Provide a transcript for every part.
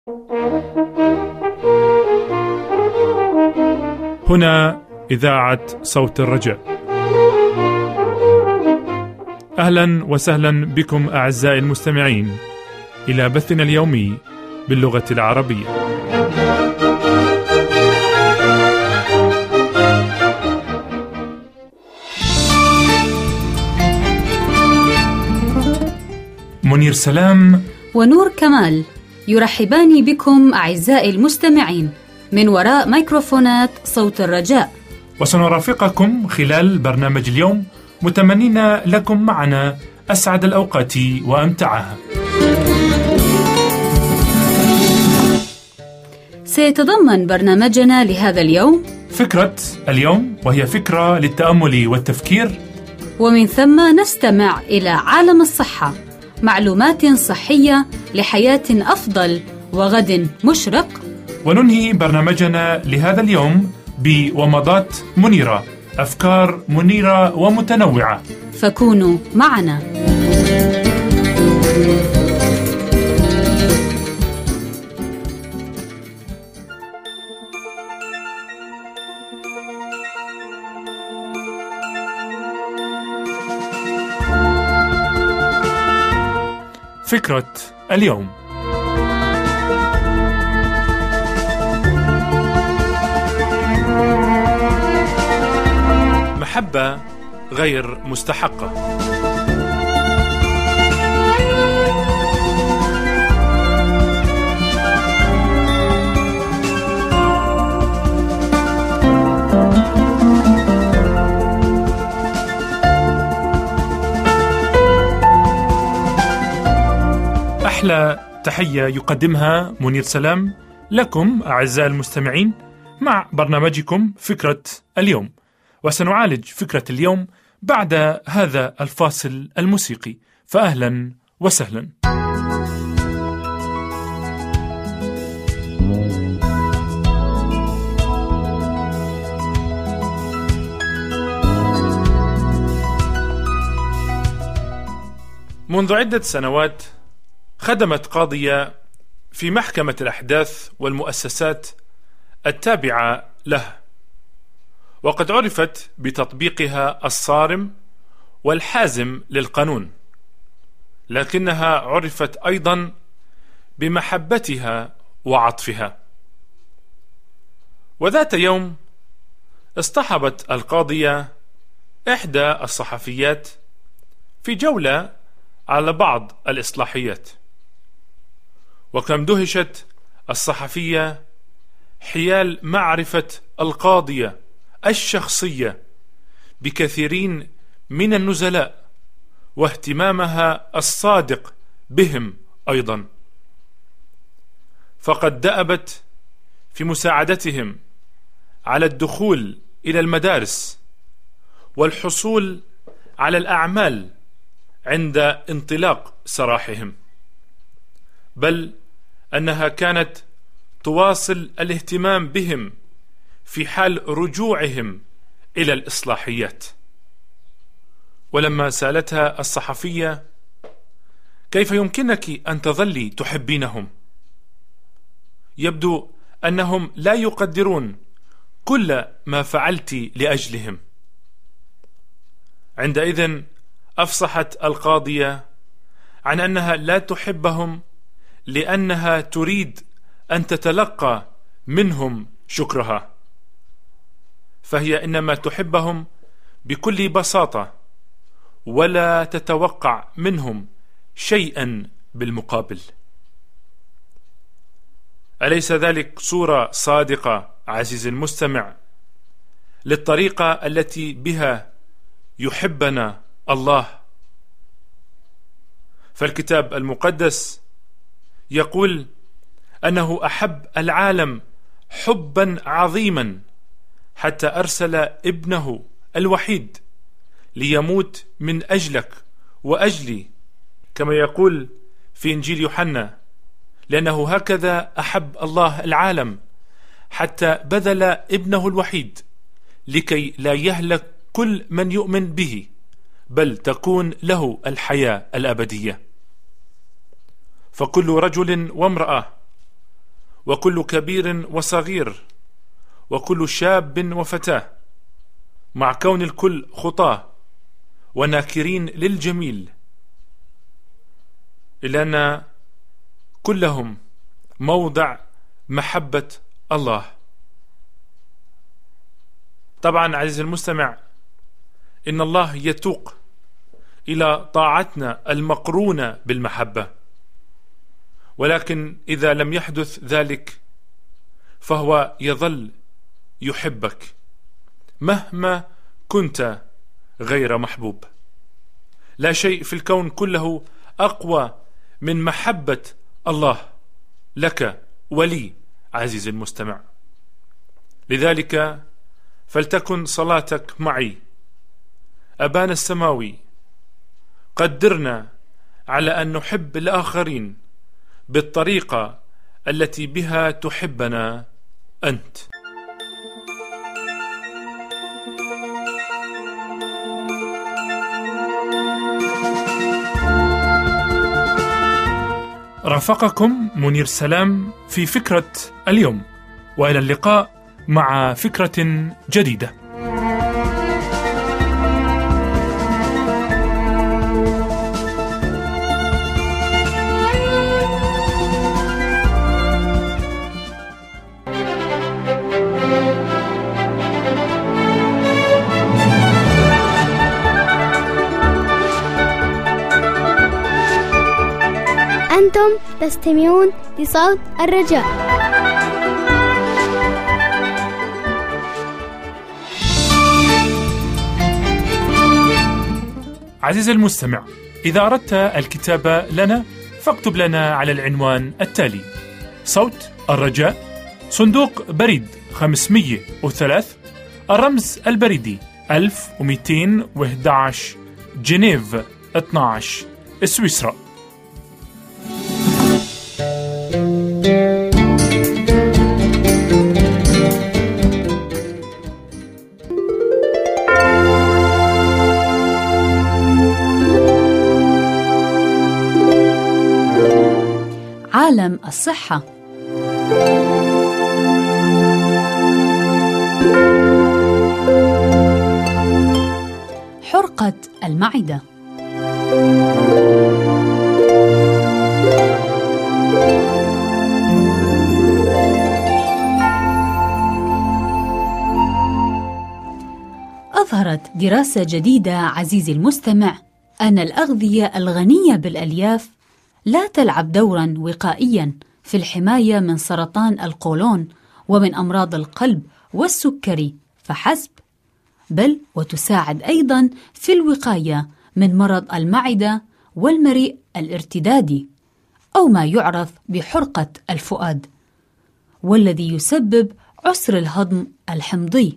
هنا إذاعة صوت الرجاء. أهلا وسهلا بكم أعزائي المستمعين إلى بثنا اليومي باللغة العربية. منير سلام ونور كمال يرحبان بكم أعزائي المستمعين من وراء ميكروفونات صوت الرجاء، وسنرافقكم خلال برنامج اليوم متمنين لكم معنا أسعد الأوقات وأمتعها. سيتضمن برنامجنا لهذا اليوم فكرة اليوم، وهي فكرة للتأمل والتفكير، ومن ثم نستمع إلى عالم الصحة، معلومات صحية لحياة أفضل وغد مشرق، وننهي برنامجنا لهذا اليوم بومضات منيرة، أفكار منيرة ومتنوعة، فكونوا معنا. فكرة اليوم. محبة غير مستحقة. أحلى تحية يقدمها منير سلام لكم أعزائي المستمعين مع برنامجكم فكرة اليوم، وسنعالج فكرة اليوم بعد هذا الفاصل الموسيقي، فأهلا وسهلا. منذ عدة سنوات خدمت قاضية في محكمة الأحداث والمؤسسات التابعة له، وقد عرفت بتطبيقها الصارم والحازم للقانون، لكنها عرفت أيضا بمحبتها وعطفها. وذات يوم اصطحبت القاضية إحدى الصحفيات في جولة على بعض الإصلاحيات، وكم دهشت الصحفية حيال معرفة القاضية الشخصية بكثيرين من النزلاء، واهتمامها الصادق بهم أيضا، فقد دأبت في مساعدتهم على الدخول إلى المدارس والحصول على الأعمال عند انطلاق سراحهم، بل أنها كانت تواصل الاهتمام بهم في حال رجوعهم إلى الإصلاحيات. ولما سألتها الصحفية: كيف يمكنك أن تظلي تحبينهم؟ يبدو أنهم لا يقدرون كل ما فعلت لأجلهم. عندئذ أفصحت القاضية عن أنها لا تحبهم لأنها تريد أن تتلقى منهم شكرها، فهي إنما تحبهم بكل بساطة ولا تتوقع منهم شيئا بالمقابل. أليس ذلك صورة صادقة عزيزي المستمع للطريقة التي بها يحبنا الله؟ فالكتاب المقدس يقول أنه أحب العالم حبا عظيما حتى أرسل ابنه الوحيد ليموت من أجلك وأجلي، كما يقول في إنجيل يوحنا: لأنه هكذا أحب الله العالم حتى بذل ابنه الوحيد لكي لا يهلك كل من يؤمن به، بل تكون له الحياة الأبدية. فكل رجل وامرأة وكل كبير وصغير وكل شاب وفتاة، مع كون الكل خطاة وناكرين للجميل، إلا أن كلهم موضع محبة الله. طبعا عزيزي المستمع، إن الله يتوق إلى طاعتنا المقرونة بالمحبة، ولكن إذا لم يحدث ذلك فهو يظل يحبك مهما كنت غير محبوب. لا شيء في الكون كله أقوى من محبة الله لك ولي عزيزي المستمع. لذلك فلتكن صلاتك معي: أبانا السماوي، قدرنا على أن نحب الآخرين بالطريقة التي بها تحبنا أنت. رافقكم منير سلام في فكرة اليوم، وإلى اللقاء مع فكرة جديدة. أنتم تستمعون لصوت الرجاء. عزيزي المستمع، إذا أردت الكتابة لنا فاكتب لنا على العنوان التالي: صوت الرجاء، صندوق بريد 503، الرمز البريدي 1211، جنيف 12، سويسرا. عالم الصحة. حرقة المعدة. أظهرت دراسة جديدة عزيزي المستمع أن الأغذية الغنية بالألياف لا تلعب دورا وقائيا في الحماية من سرطان القولون ومن أمراض القلب والسكري فحسب، بل وتساعد أيضا في الوقاية من مرض المعدة والمريء الارتدادي، أو ما يعرف بحرقة الفؤاد، والذي يسبب عسر الهضم الحمضي.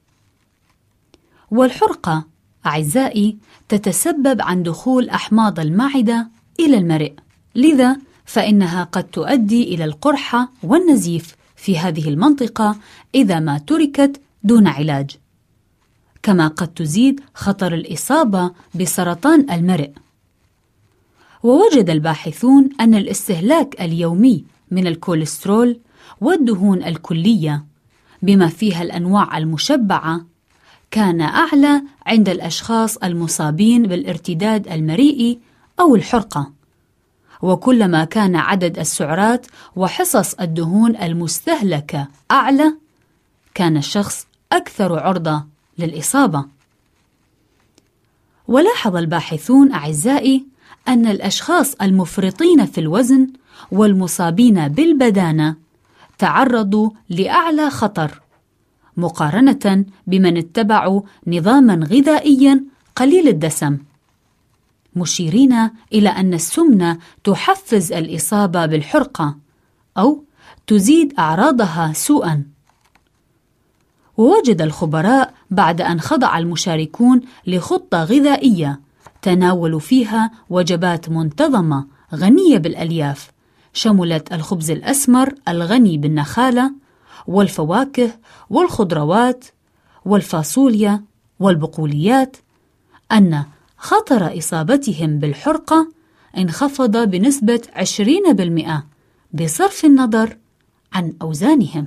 والحرقة أعزائي تتسبب عن دخول أحماض المعدة إلى المريء، لذا فإنها قد تؤدي إلى القرحة والنزيف في هذه المنطقة إذا ما تركت دون علاج، كما قد تزيد خطر الإصابة بسرطان المريء. ووجد الباحثون أن الاستهلاك اليومي من الكوليسترول والدهون الكلية بما فيها الأنواع المشبعة كان أعلى عند الأشخاص المصابين بالارتداد المريئي أو الحرقة، وكلما كان عدد السعرات وحصص الدهون المستهلكة أعلى كان الشخص أكثر عرضة للإصابة. ولاحظ الباحثون أعزائي أن الأشخاص المفرطين في الوزن والمصابين بالبدانة تعرضوا لأعلى خطر مقارنة بمن اتبعوا نظاما غذائيا قليل الدسم، مشيرين إلى أن السمنة تحفز الإصابة بالحرقة أو تزيد أعراضها سوءا. ووجد الخبراء بعد أن خضع المشاركون لخطة غذائية تناولوا فيها وجبات منتظمة غنية بالألياف شملت الخبز الأسمر الغني بالنخالة والفواكه والخضروات والفاصوليا والبقوليات، أن خطر إصابتهم بالحرقة انخفض بنسبة 20% بصرف النظر عن أوزانهم.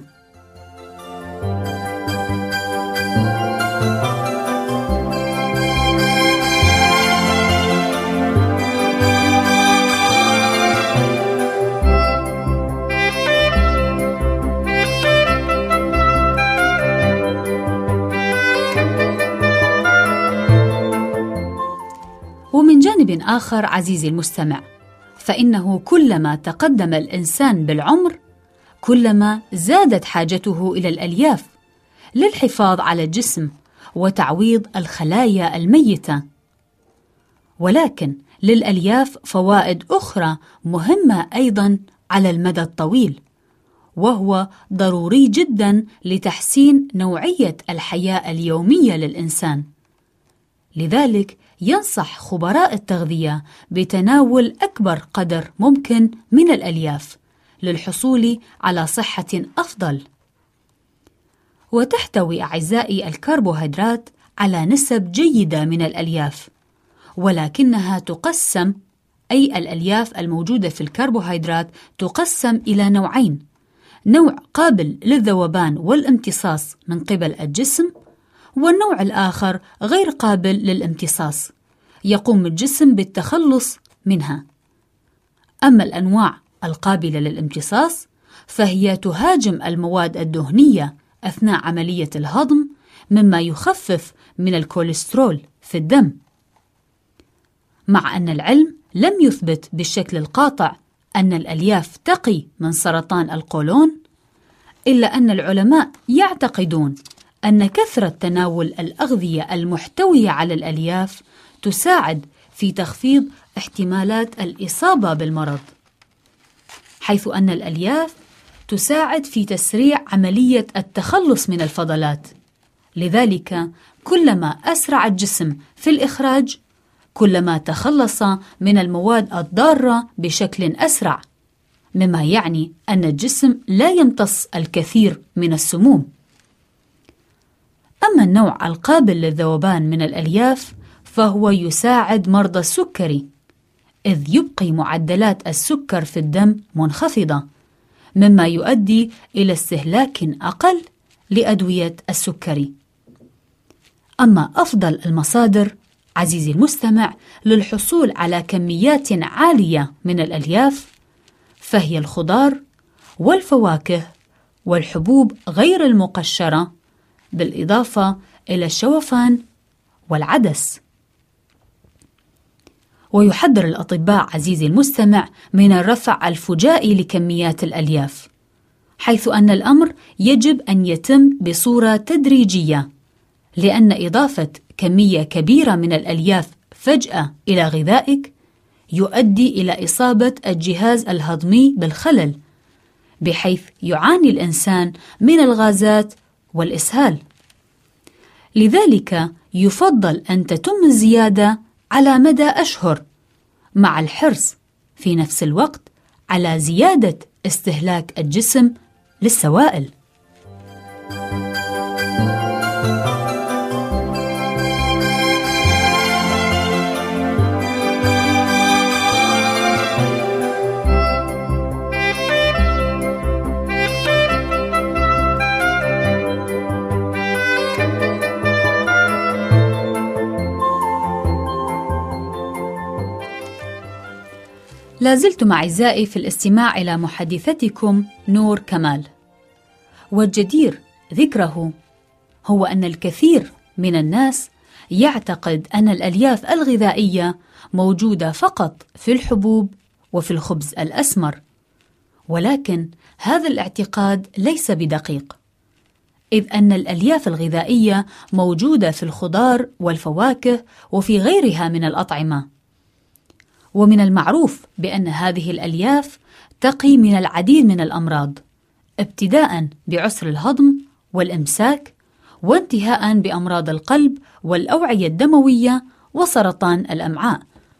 ومن جانب آخر عزيزي المستمع، فإنه كلما تقدم الإنسان بالعمر كلما زادت حاجته إلى الألياف للحفاظ على الجسم وتعويض الخلايا الميتة. ولكن للألياف فوائد أخرى مهمة أيضاً على المدى الطويل، وهو ضروري جداً لتحسين نوعية الحياة اليومية للإنسان. لذلك ينصح خبراء التغذية بتناول أكبر قدر ممكن من الألياف للحصول على صحة أفضل. وتحتوي أعزائي الكربوهيدرات على نسب جيدة من الألياف، ولكنها تقسم، أي الألياف الموجودة في الكربوهيدرات تقسم إلى نوعين: نوع قابل للذوبان والامتصاص من قبل الجسم، والنوع الآخر غير قابل للامتصاص، يقوم الجسم بالتخلص منها. أما الأنواع القابلة للامتصاص فهي تهاجم المواد الدهنية أثناء عملية الهضم، مما يخفف من الكوليسترول في الدم. مع أن العلم لم يثبت بالشكل القاطع أن الألياف تقي من سرطان القولون، إلا أن العلماء يعتقدون أن كثرة تناول الأغذية المحتوية على الألياف تساعد في تخفيض احتمالات الإصابة بالمرض، حيث أن الألياف تساعد في تسريع عملية التخلص من الفضلات. لذلك كلما أسرع الجسم في الإخراج كلما تخلص من المواد الضارة بشكل أسرع، مما يعني أن الجسم لا يمتص الكثير من السموم. أما النوع القابل للذوبان من الألياف فهو يساعد مرضى السكري، إذ يبقي معدلات السكر في الدم منخفضة، مما يؤدي إلى استهلاك أقل لأدوية السكري. أما أفضل المصادر عزيزي المستمع للحصول على كميات عالية من الألياف فهي الخضار والفواكه والحبوب غير المقشرة، بالإضافة إلى الشوفان والعدس. ويحذر الأطباء عزيزي المستمع من الرفع الفجائي لكميات الألياف، حيث أن الأمر يجب أن يتم بصورة تدريجية، لأن إضافة كمية كبيرة من الألياف فجأة إلى غذائك يؤدي إلى إصابة الجهاز الهضمي بالخلل، بحيث يعاني الإنسان من الغازات والإسهال. لذلك يفضل أن تتم الزيادة على مدى أشهر، مع الحرص في نفس الوقت على زيادة استهلاك الجسم للسوائل. لازلتم أعزائي في الاستماع إلى محادثتكم نور كمال. والجدير ذكره هو أن الكثير من الناس يعتقد أن الألياف الغذائية موجودة فقط في الحبوب وفي الخبز الأسمر، ولكن هذا الاعتقاد ليس بدقيق، إذ أن الألياف الغذائية موجودة في الخضار والفواكه وفي غيرها من الأطعمة. ومن المعروف بأن هذه الألياف تقي من العديد من الأمراض، ابتداء بعسر الهضم والإمساك، وانتهاء بأمراض القلب والأوعية الدموية وسرطان الأمعاء.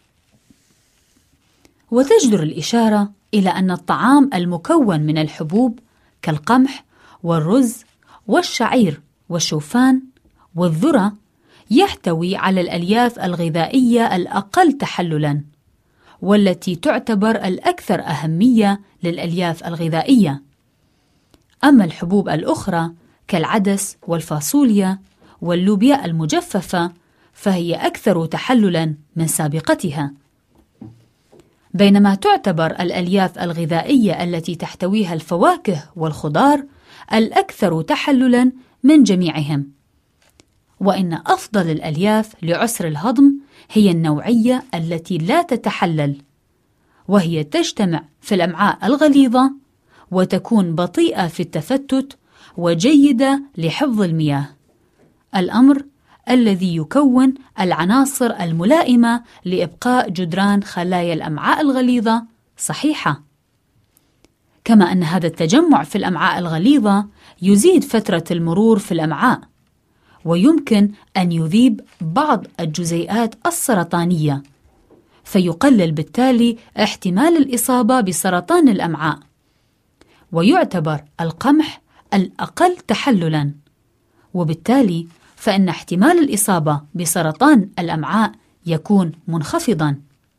وتجدر الإشارة إلى أن الطعام المكون من الحبوب كالقمح والرز والشعير والشوفان والذرة يحتوي على الألياف الغذائية الأقل تحللاً، والتي تعتبر الأكثر أهمية للألياف الغذائية. أما الحبوب الأخرى كالعدس والفاصوليا واللوبيا المجففة فهي أكثر تحللاً من سابقتها. بينما تعتبر الألياف الغذائية التي تحتويها الفواكه والخضار الأكثر تحللاً من جميعهم. وإن أفضل الألياف لعسر الهضم هي النوعية التي لا تتحلل، وهي تجتمع في الأمعاء الغليظة وتكون بطيئة في التفتت وجيدة لحفظ المياه، الأمر الذي يكون العناصر الملائمة لإبقاء جدران خلايا الأمعاء الغليظة صحيحة. كما أن هذا التجمع في الأمعاء الغليظة يزيد فترة المرور في الأمعاء، ويمكن أن يذيب بعض الجزيئات السرطانية، فيقلل بالتالي احتمال الإصابة بسرطان الأمعاء. ويعتبر القمح الأقل تحللاً، وبالتالي فإن احتمال الإصابة بسرطان الأمعاء يكون منخفضاً.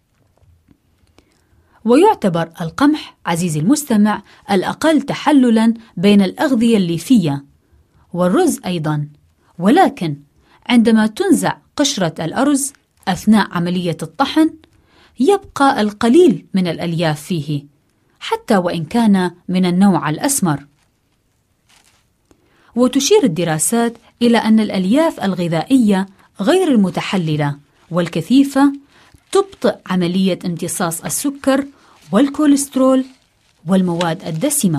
ويعتبر القمح عزيزي المستمع الأقل تحللاً بين الأغذية الليفية والرز أيضاً، ولكن عندما تنزع قشرة الأرز أثناء عملية الطحن يبقى القليل من الألياف فيه، حتى وإن كان من النوع الأسمر. وتشير الدراسات إلى أن الألياف الغذائية غير المتحللة والكثيفة تبطئ عملية امتصاص السكر والكوليسترول والمواد الدسمة.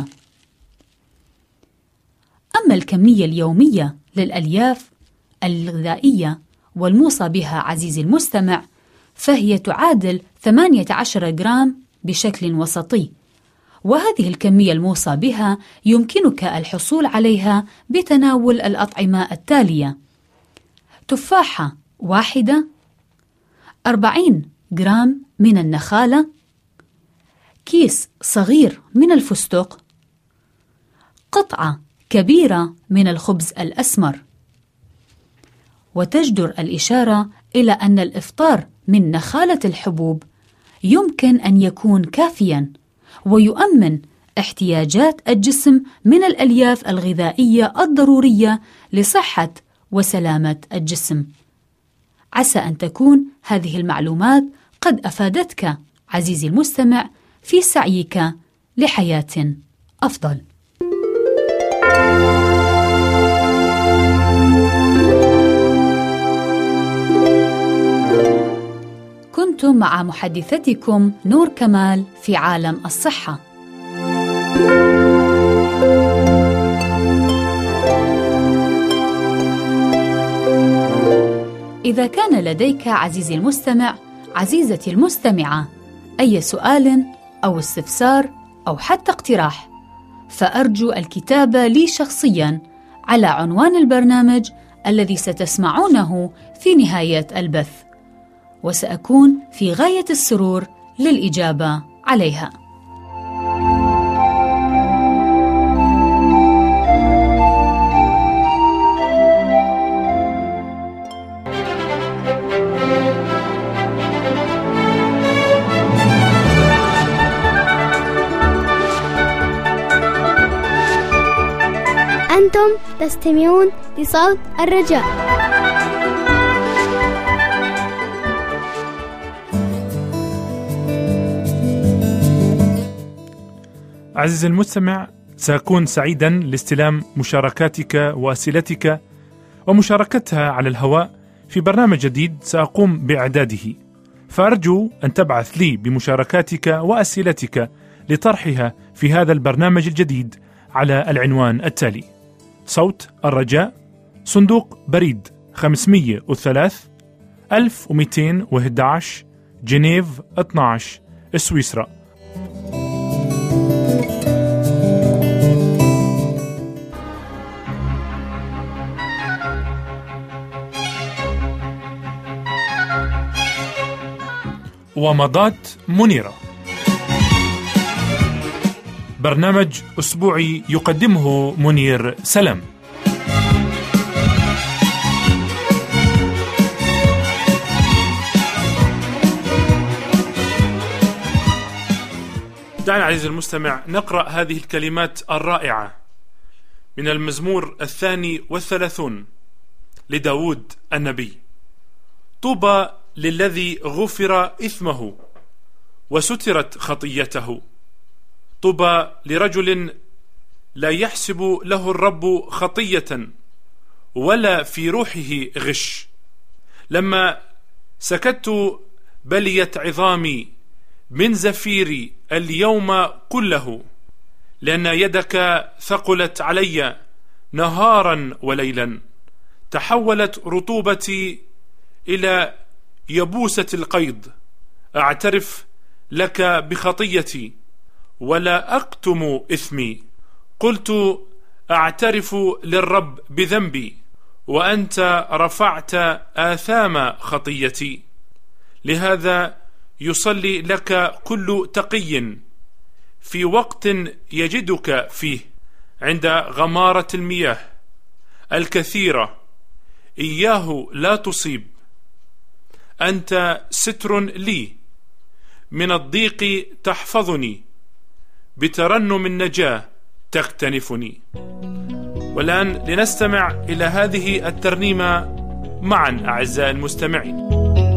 أما الكمية اليومية للألياف الغذائية والموصى بها عزيزي المستمع فهي تعادل 18 جرام بشكل وسطي، وهذه الكمية الموصى بها يمكنك الحصول عليها بتناول الأطعمة التالية: تفاحة واحدة، 40 جرام من النخالة، كيس صغير من الفستق، قطعة كبيرة من الخبز الأسمر. وتجدر الإشارة إلى أن الإفطار من نخالة الحبوب يمكن أن يكون كافياً ويؤمن احتياجات الجسم من الألياف الغذائية الضرورية لصحة وسلامة الجسم. عسى أن تكون هذه المعلومات قد أفادتك عزيزي المستمع في سعيك لحياة أفضل. كنتم مع محدثتكم نور كمال في عالم الصحة. إذا كان لديك عزيزي المستمع عزيزتي المستمعة أي سؤال أو استفسار أو حتى اقتراح، فأرجو الكتابة لي شخصياً على عنوان البرنامج الذي ستسمعونه في نهاية البث، وسأكون في غاية السرور للإجابة عليها. أنتم تستمعون لصوت الرجاء. عزيزي المستمع، سأكون سعيدا لاستلام مشاركاتك وأسئلتك ومشاركتها على الهواء في برنامج جديد سأقوم بإعداده، فأرجو أن تبعث لي بمشاركاتك وأسئلتك لطرحها في هذا البرنامج الجديد على العنوان التالي: صوت الرجاء، صندوق بريد 503 1211 جنيف 12 سويسرا. ومضات منيرة، برنامج أسبوعي يقدمه منير سلام. دعنا عزيزي المستمع نقرأ هذه الكلمات الرائعة من المزمور 32 لداود النبي. طوبى للذي غفر إثمه وسترت خطيته. طوبى لرجل لا يحسب له الرب خطية ولا في روحه غش. لما سكت بليت عظامي من زفيري اليوم كله، لأن يدك ثقلت علي نهارا وليلا. تحولت رطوبتي إلى يبوسة القيض. أعترف لك بخطيتي ولا أكتم إثمي. قلت أعترف للرب بذنبي، وأنت رفعت آثام خطيتي. لهذا يصلي لك كل تقي في وقت يجدك فيه، عند غمارة المياه الكثيرة إياه لا تصيب. أنت ستر لي، من الضيق تحفظني، بترنم النجاة تكتنفني. والآن لنستمع إلى هذه الترنيمة معا أعزائي المستمعين.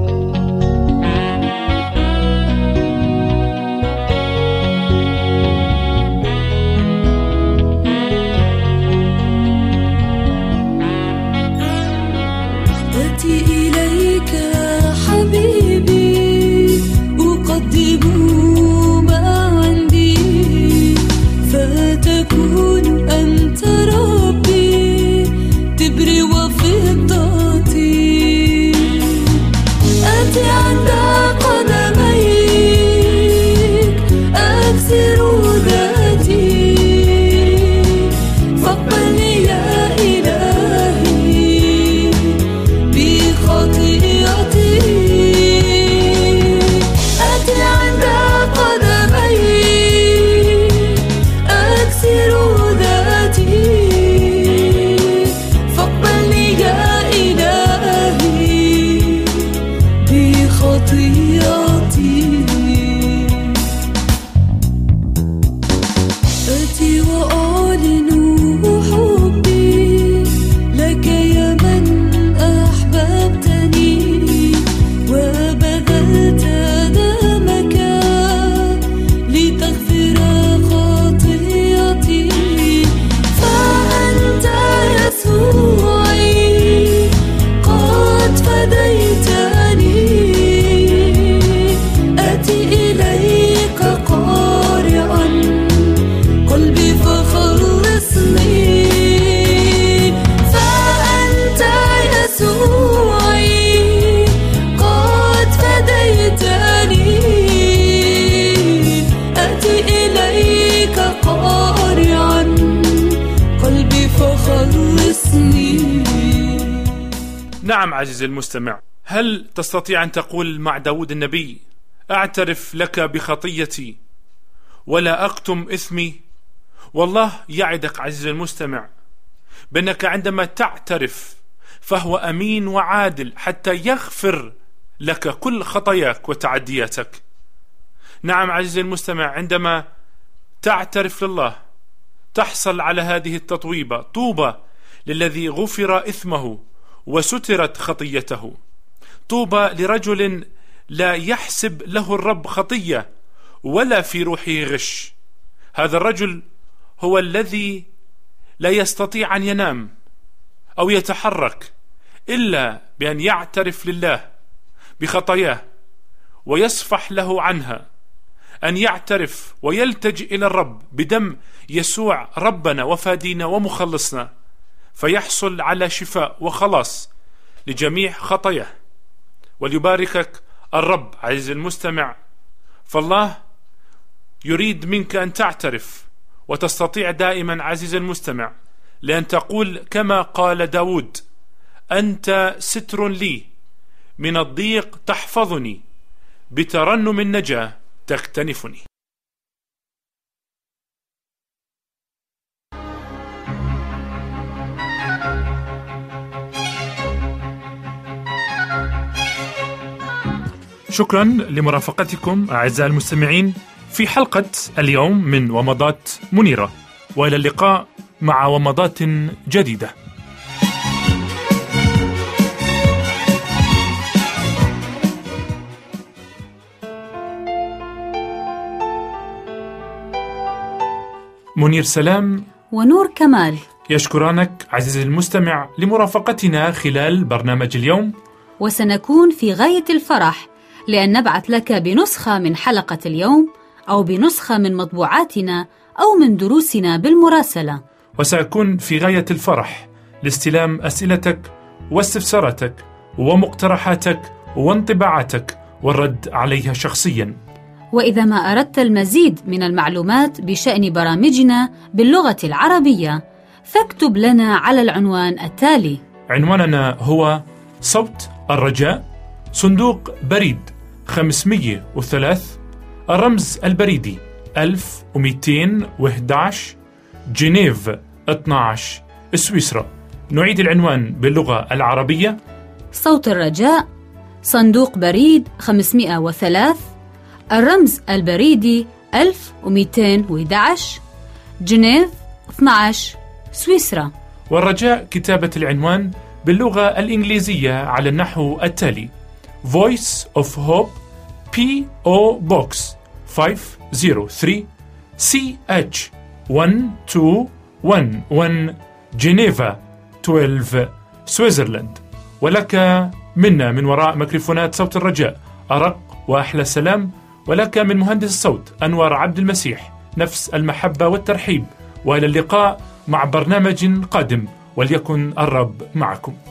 نعم عزيزي المستمع، هل تستطيع أن تقول مع داود النبي: أعترف لك بخطيتي ولا أكتم إثمي؟ والله يعدك عزيزي المستمع بأنك عندما تعترف فهو أمين وعادل حتى يغفر لك كل خطاياك وتعدياتك. نعم عزيزي المستمع، عندما تعترف لله تحصل على هذه التطويبة: طوبى للذي غفر إثمه وسترت خطيته. طوبى لرجل لا يحسب له الرب خطية ولا في روحه غش. هذا الرجل هو الذي لا يستطيع أن ينام أو يتحرك إلا بأن يعترف لله بخطاياه ويصفح له عنها، أن يعترف ويلتجئ إلى الرب بدم يسوع ربنا وفادينا ومخلصنا، فيحصل على شفاء وخلاص لجميع خطاياه. وليباركك الرب عزيزي المستمع، فالله يريد منك أن تعترف، وتستطيع دائما عزيزي المستمع لأن تقول كما قال داود: أنت ستر لي، من الضيق تحفظني، بترنم النجاة تكتنفني. شكرا لمرافقتكم أعزائي المستمعين في حلقة اليوم من ومضات منيرة، وإلى اللقاء مع ومضات جديدة. منير سلام ونور كمال يشكرانك عزيزي المستمع لمرافقتنا خلال برنامج اليوم، وسنكون في غاية الفرح لأن نبعث لك بنسخة من حلقة اليوم أو بنسخة من مطبوعاتنا أو من دروسنا بالمراسلة، وسأكون في غاية الفرح لاستلام أسئلتك واستفساراتك ومقترحاتك وانطباعاتك والرد عليها شخصيا. وإذا ما أردت المزيد من المعلومات بشأن برامجنا باللغة العربية فاكتب لنا على العنوان التالي. عنواننا هو صوت الرجاء، صندوق بريد 503، الرمز البريدي 1211، جنيف 12، سويسرا. نعيد العنوان باللغة العربية: صوت الرجاء، صندوق بريد 503، الرمز البريدي 1211، جنيف 12، سويسرا. والرجاء كتابة العنوان باللغة الإنجليزية على النحو التالي: Voice of Hope P.O. Box 503 CH 1211 جنيفا 12 سويسرلاند. ولك منا من وراء ميكروفونات صوت الرجاء أرق وأحلى سلام، ولك من مهندس الصوت أنور عبد المسيح نفس المحبة والترحيب، وإلى اللقاء مع برنامج قادم، وليكن الرب معكم.